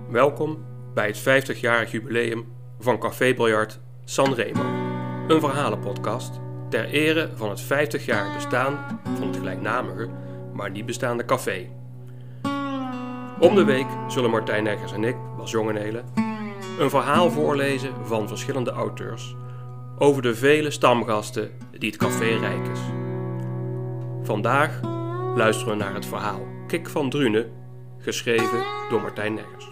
Welkom bij het 50-jarig jubileum van Café Biljart Sanremo. Een verhalenpodcast ter ere van het 50-jarig bestaan van het gelijknamige, maar niet bestaande café. Om de week zullen Martijn Neggers en ik, Bas Jongenelen, een verhaal voorlezen van verschillende auteurs over de vele stamgasten die het café rijk is. Vandaag luisteren we naar het verhaal Kik van Drunen, geschreven door Martijn Neggers.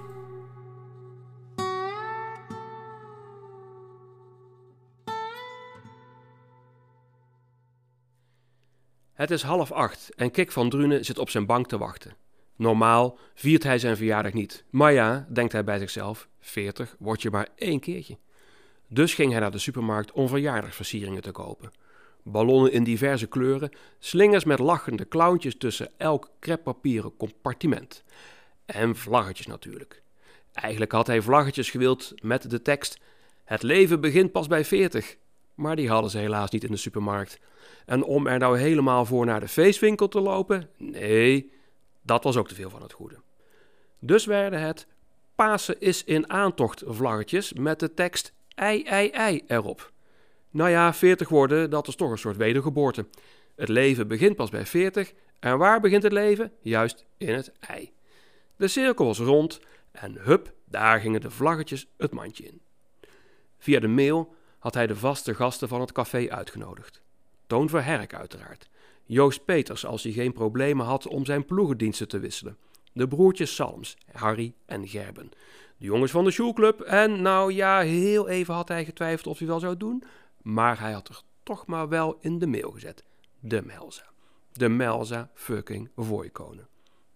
Het is 7:30 en Kik van Drunen zit op zijn bank te wachten. Normaal viert hij zijn verjaardag niet. Maar ja, denkt hij bij zichzelf, 40 word je maar 1 keertje. Dus ging hij naar de supermarkt om verjaardagsversieringen te kopen. Ballonnen in diverse kleuren, slingers met lachende clowntjes tussen elk crêpepapieren compartiment. En vlaggetjes natuurlijk. Eigenlijk had hij vlaggetjes gewild met de tekst: het leven begint pas bij 40. Maar die hadden ze helaas niet in de supermarkt. En om er nou helemaal voor naar de feestwinkel te lopen? Nee, dat was ook te veel van het goede. Dus werden het Pasen is in aantocht vlaggetjes met de tekst ei, ei, ei erop. Nou ja, 40 worden, dat is toch een soort wedergeboorte. Het leven begint pas bij 40. En waar begint het leven? Juist in het ei. De cirkel was rond en hup, daar gingen de vlaggetjes het mandje in. Via de mail had hij de vaste gasten van het café uitgenodigd. Toon Verherk uiteraard. Joost Peters als hij geen problemen had om zijn ploegendiensten te wisselen. De broertjes Salms, Harry en Gerben. De jongens van de Sjoelclub en nou ja, heel even had hij getwijfeld of hij wel zou doen. Maar hij had er toch maar wel in de mail gezet. De Melza. De Melza fucking Voikonen.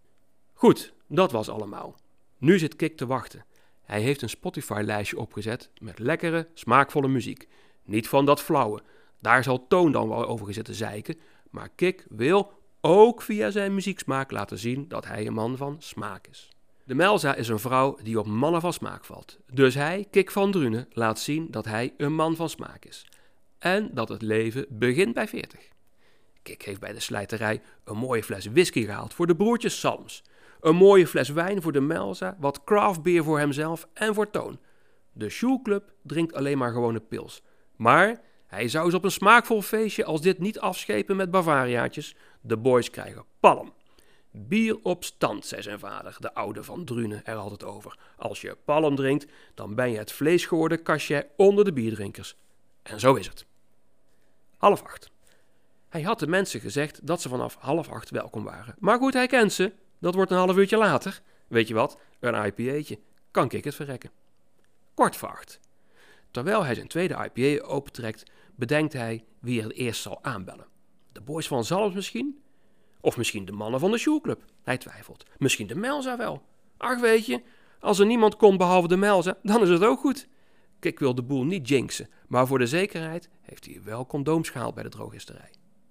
Goed, dat was allemaal. Nu zit Kik te wachten. Hij heeft een Spotify-lijstje opgezet met lekkere, smaakvolle muziek. Niet van dat flauwe. Daar zal Toon dan wel over zitten zeiken. Maar Kik wil ook via zijn muzieksmaak laten zien dat hij een man van smaak is. De Melza is een vrouw die op mannen van smaak valt. Dus hij, Kik van Drunen, laat zien dat hij een man van smaak is. En dat het leven begint bij 40. Kik heeft bij de slijterij een mooie fles whisky gehaald voor de broertjes Salms. Een mooie fles wijn voor de Melza, wat craftbeer voor hemzelf en voor Toon. De Sjoelclub drinkt alleen maar gewone pils. Maar hij zou eens op een smaakvol feestje als dit niet afschepen met Bavariaatjes. De boys krijgen palm. Bier op stand, zei zijn vader, de oude van Drunen, er altijd over. Als je palm drinkt, dan ben je het vlees geworden cachet onder de bierdrinkers. En zo is het. 7:30. Hij had de mensen gezegd dat ze vanaf 7:30 welkom waren. Maar goed, hij kent ze. Dat wordt een half uurtje later. Weet je wat? Een IPA'tje. Kan Kik het verrekken. 7:15. Terwijl hij zijn tweede IPA opentrekt, bedenkt hij wie er het eerst zal aanbellen. De boys van Zalms misschien? Of misschien de mannen van de Sjoelclub? Hij twijfelt. Misschien de Melza wel. Ach, weet je, als er niemand komt behalve de Melza, dan is het ook goed. Kik wil de boel niet jinxen, maar voor de zekerheid heeft hij wel condooms gehaald bij de drogisterij.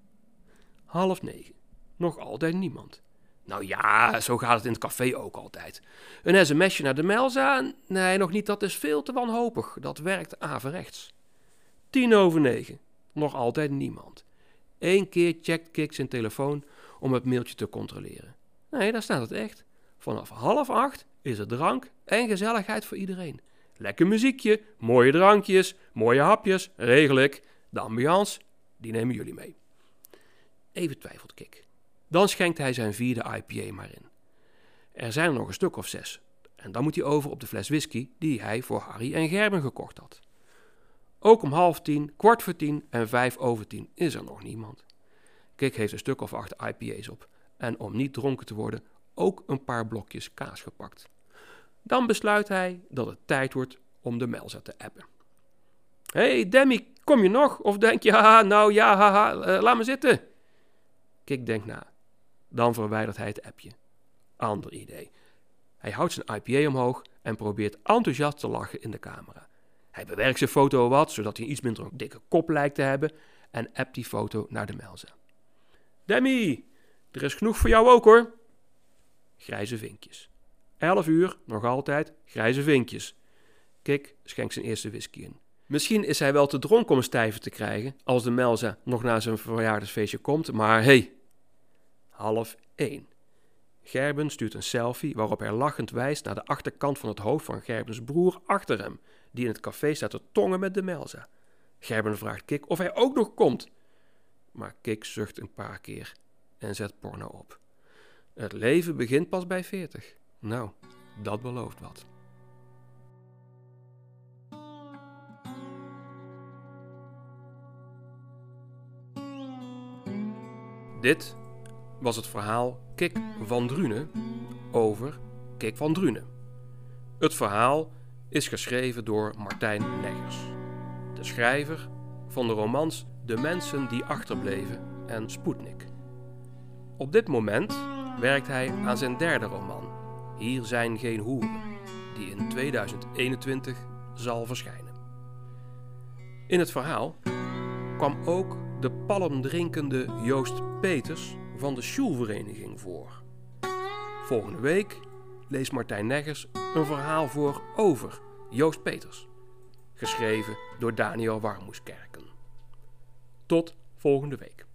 8:30. Nog altijd niemand. Nou ja, zo gaat het in het café ook altijd. Een sms'je naar de Melza? Nee, nog niet, dat is veel te wanhopig. Dat werkt averechts. 9:10. Nog altijd niemand. 1 keer checkt Kik zijn telefoon om het mailtje te controleren. Nee, daar staat het echt. Vanaf 7:30 is er drank en gezelligheid voor iedereen. Lekker muziekje, mooie drankjes, mooie hapjes, regel ik. De ambiance, die nemen jullie mee. Even twijfelt Kik. Dan schenkt hij zijn 4e IPA maar in. Er zijn er nog een stuk of 6. En dan moet hij over op de fles whisky die hij voor Harry en Gerben gekocht had. Ook om 9:30, 9:45 en 9:05 is er nog niemand. Kik heeft een stuk of 8 IPA's op. En om niet dronken te worden, ook een paar blokjes kaas gepakt. Dan besluit hij dat het tijd wordt om de Melza te appen. Hey Demi, kom je nog? Of denk je, haha, nou ja, haha, laat me zitten. Kik denkt na. Dan verwijdert hij het appje. Ander idee. Hij houdt zijn IPA omhoog en probeert enthousiast te lachen in de camera. Hij bewerkt zijn foto wat, zodat hij iets minder een dikke kop lijkt te hebben en appt die foto naar de Melza. Demi, er is genoeg voor jou ook hoor. Grijze vinkjes. 11:00, nog altijd grijze vinkjes. Kik schenkt zijn eerste whisky in. Misschien is hij wel te dronken om stijven te krijgen als de Melza nog naar zijn verjaardagsfeestje komt, maar hey. 12:30. Gerben stuurt een selfie waarop hij lachend wijst naar de achterkant van het hoofd van Gerbens broer achter hem, die in het café staat te tongen met de Melza. Gerben vraagt Kik of hij ook nog komt. Maar Kik zucht een paar keer en zet porno op. Het leven begint pas bij 40. Nou, dat belooft wat. Dit was het verhaal Kik van Drunen over Kik van Drunen. Het verhaal is geschreven door Martijn Neggers, de schrijver van de romans De mensen die achterbleven en Sputnik. Op dit moment werkt hij aan zijn derde roman, Hier zijn geen hoeren, die in 2021 zal verschijnen. In het verhaal kwam ook de palmdrinkende Joost Peters van de Sjoelvereniging voor. Volgende week leest Martijn Neggers een verhaal voor over Joost Peters, geschreven door Daniel Warmoeskerken. Tot volgende week.